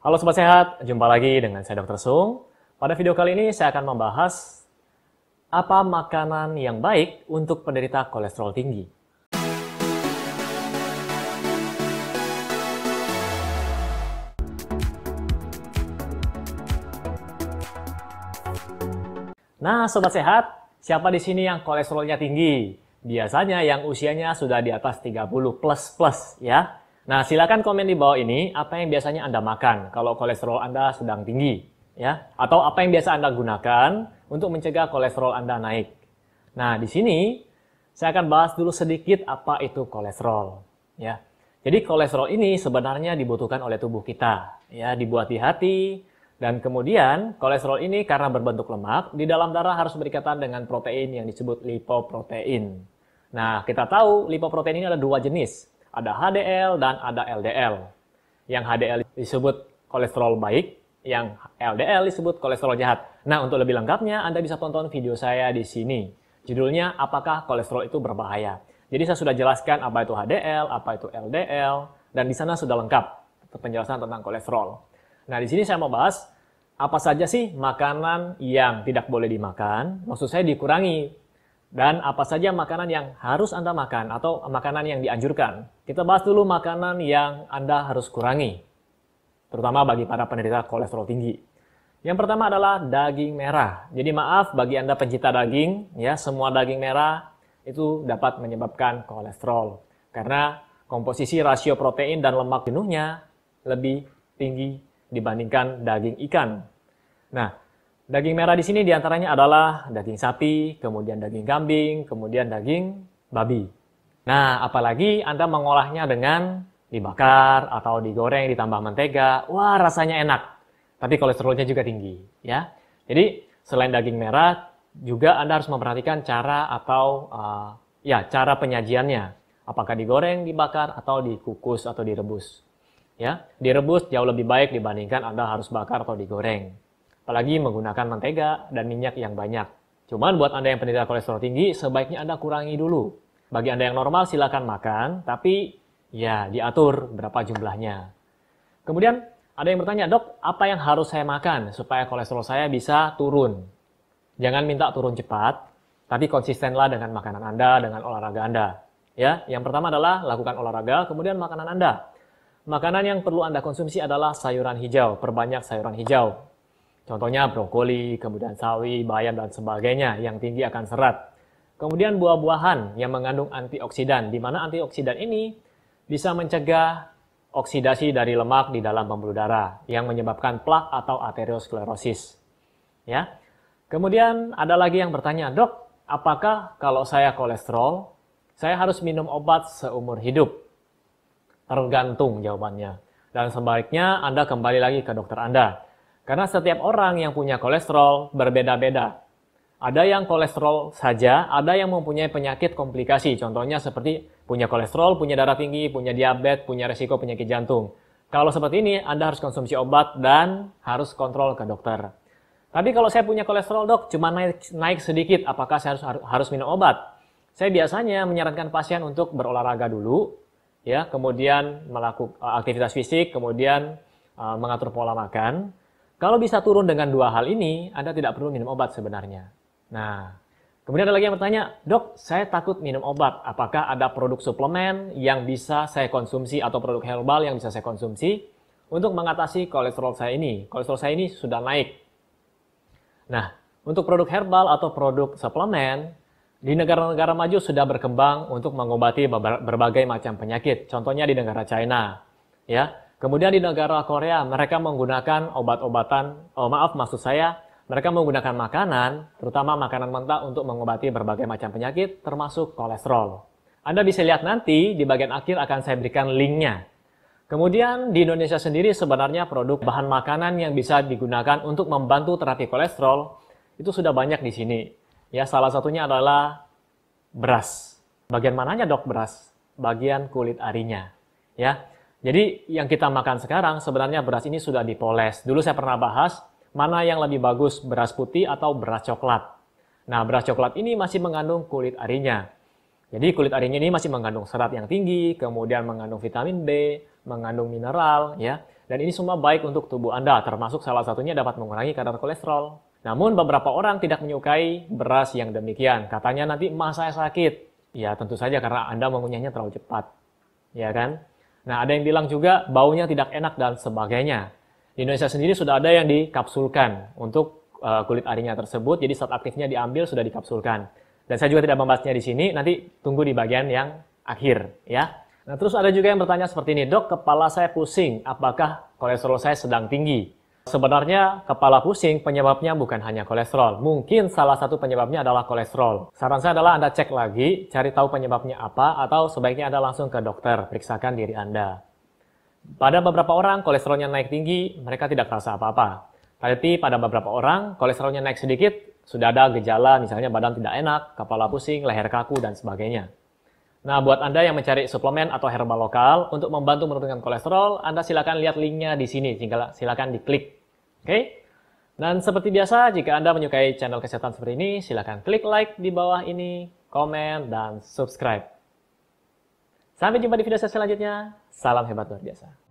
Halo Sobat Sehat, jumpa lagi dengan saya Dr. Sung. Pada video kali ini saya akan membahas apa makanan yang baik untuk penderita kolesterol tinggi. Nah, Sobat Sehat, siapa di sini yang kolesterolnya tinggi? Biasanya yang usianya sudah di atas 30 plus ya. Nah, silakan komen di bawah ini apa yang biasanya Anda makan kalau kolesterol Anda sedang tinggi ya, atau apa yang biasa Anda gunakan untuk mencegah kolesterol Anda naik. Nah, di sini saya akan bahas dulu sedikit apa itu kolesterol ya. Jadi kolesterol ini sebenarnya dibutuhkan oleh tubuh kita ya, dibuat di hati. Dan kemudian kolesterol ini karena berbentuk lemak, di dalam darah harus berikatan dengan protein yang disebut lipoprotein. Nah, kita tahu lipoprotein ini ada dua jenis. Ada HDL dan ada LDL. Yang HDL disebut kolesterol baik, yang LDL disebut kolesterol jahat. Nah, untuk lebih lengkapnya Anda bisa tonton video saya di sini. Judulnya, apakah kolesterol itu berbahaya? Jadi saya sudah jelaskan apa itu HDL, apa itu LDL, dan di sana sudah lengkap penjelasan tentang kolesterol. Nah, di sini saya mau bahas apa saja sih makanan yang tidak boleh dimakan, maksud saya dikurangi, dan apa saja makanan yang harus Anda makan atau makanan yang dianjurkan. Kita bahas dulu makanan yang Anda harus kurangi, terutama bagi para penderita kolesterol tinggi. Yang pertama adalah daging merah. Jadi maaf bagi Anda pencinta daging, ya, semua daging merah itu dapat menyebabkan kolesterol karena komposisi rasio protein dan lemak jenuhnya lebih tinggi dibandingkan daging ikan. Nah, daging merah di sini diantaranya adalah daging sapi, kemudian daging kambing, kemudian daging babi. Nah, apalagi Anda mengolahnya dengan dibakar atau digoreng ditambah mentega, wah rasanya enak. Tapi kolesterolnya juga tinggi, ya. Jadi selain daging merah, juga Anda harus memperhatikan cara atau cara penyajiannya. Apakah digoreng, dibakar, atau dikukus atau direbus. Ya, direbus jauh lebih baik dibandingkan Anda harus bakar atau digoreng. Apalagi menggunakan mentega dan minyak yang banyak. Cuman buat Anda yang penderita kolesterol tinggi, sebaiknya Anda kurangi dulu. Bagi Anda yang normal silakan makan, tapi ya diatur berapa jumlahnya. Kemudian ada yang bertanya, "Dok, apa yang harus saya makan supaya kolesterol saya bisa turun?" Jangan minta turun cepat, tapi konsistenlah dengan makanan Anda, dengan olahraga Anda. Ya, yang pertama adalah lakukan olahraga, kemudian makanan Anda. Makanan yang perlu Anda konsumsi adalah sayuran hijau, perbanyak sayuran hijau. Contohnya brokoli, kemudian sawi, bayam, dan sebagainya yang tinggi akan serat. Kemudian buah-buahan yang mengandung antioksidan, di mana antioksidan ini bisa mencegah oksidasi dari lemak di dalam pembuluh darah yang menyebabkan plak atau aterosklerosis. Ya. Kemudian ada lagi yang bertanya, "Dok, apakah kalau saya kolesterol, saya harus minum obat seumur hidup?" Tergantung jawabannya. Dan sebaiknya Anda kembali lagi ke dokter Anda. Karena setiap orang yang punya kolesterol berbeda-beda. Ada yang kolesterol saja, ada yang mempunyai penyakit komplikasi. Contohnya seperti punya kolesterol, punya darah tinggi, punya diabetes, punya resiko penyakit jantung. Kalau seperti ini, Anda harus konsumsi obat dan harus kontrol ke dokter. Tapi kalau saya punya kolesterol, Dok, cuma naik sedikit, apakah saya harus minum obat? Saya biasanya menyarankan pasien untuk berolahraga dulu, ya, kemudian melakukan aktivitas fisik, kemudian mengatur pola makan. Kalau bisa turun dengan dua hal ini, Anda tidak perlu minum obat sebenarnya. Nah, kemudian ada lagi yang bertanya, "Dok, saya takut minum obat. Apakah ada produk suplemen yang bisa saya konsumsi atau produk herbal yang bisa saya konsumsi untuk mengatasi kolesterol saya ini? Kolesterol saya ini sudah naik." Nah, untuk produk herbal atau produk suplemen, di negara-negara maju sudah berkembang untuk mengobati berbagai macam penyakit. Contohnya di negara China, ya. Kemudian di negara Korea, mereka menggunakan mereka menggunakan makanan, terutama makanan mentah untuk mengobati berbagai macam penyakit, termasuk kolesterol. Anda bisa lihat nanti, di bagian akhir akan saya berikan linknya. Kemudian di Indonesia sendiri sebenarnya produk bahan makanan yang bisa digunakan untuk membantu terapi kolesterol, itu sudah banyak di sini. Ya, salah satunya adalah beras. Bagian mananya, Dok, beras? Bagian kulit arinya. Ya. Jadi yang kita makan sekarang sebenarnya beras ini sudah dipoles. Dulu saya pernah bahas mana yang lebih bagus, beras putih atau beras coklat. Nah, beras coklat ini masih mengandung kulit arinya. Jadi kulit arinya ini masih mengandung serat yang tinggi, kemudian mengandung vitamin B, mengandung mineral, ya. Dan ini semua baik untuk tubuh Anda, termasuk salah satunya dapat mengurangi kadar kolesterol. Namun beberapa orang tidak menyukai beras yang demikian. Katanya nanti emak saya sakit. Ya tentu saja karena Anda mengunyahnya terlalu cepat. Ya kan? Nah ada yang bilang juga baunya tidak enak dan sebagainya. Di Indonesia sendiri sudah ada yang dikapsulkan untuk kulit arinya tersebut. Jadi saat aktifnya diambil sudah dikapsulkan. Dan saya juga tidak membahasnya di sini. Nanti tunggu di bagian yang akhir ya. Nah, terus ada juga yang bertanya seperti ini, dok, kepala saya pusing, apakah kolesterol saya sedang tinggi? Sebenarnya kepala pusing penyebabnya bukan hanya kolesterol, mungkin salah satu penyebabnya adalah kolesterol. Saran saya adalah Anda cek lagi, cari tahu penyebabnya apa, atau sebaiknya Anda langsung ke dokter, periksakan diri Anda. Pada beberapa orang kolesterolnya naik tinggi, mereka tidak terasa apa-apa. Tapi pada beberapa orang kolesterolnya naik sedikit, sudah ada gejala misalnya badan tidak enak, kepala pusing, leher kaku, dan sebagainya. Nah, buat Anda yang mencari suplemen atau herbal lokal untuk membantu menurunkan kolesterol, Anda silakan lihat linknya di sini, silakan diklik. Oke? Dan seperti biasa, jika Anda menyukai channel kesehatan seperti ini, silakan klik like di bawah ini, komen, dan subscribe. Sampai jumpa di video saya selanjutnya. Salam hebat luar biasa.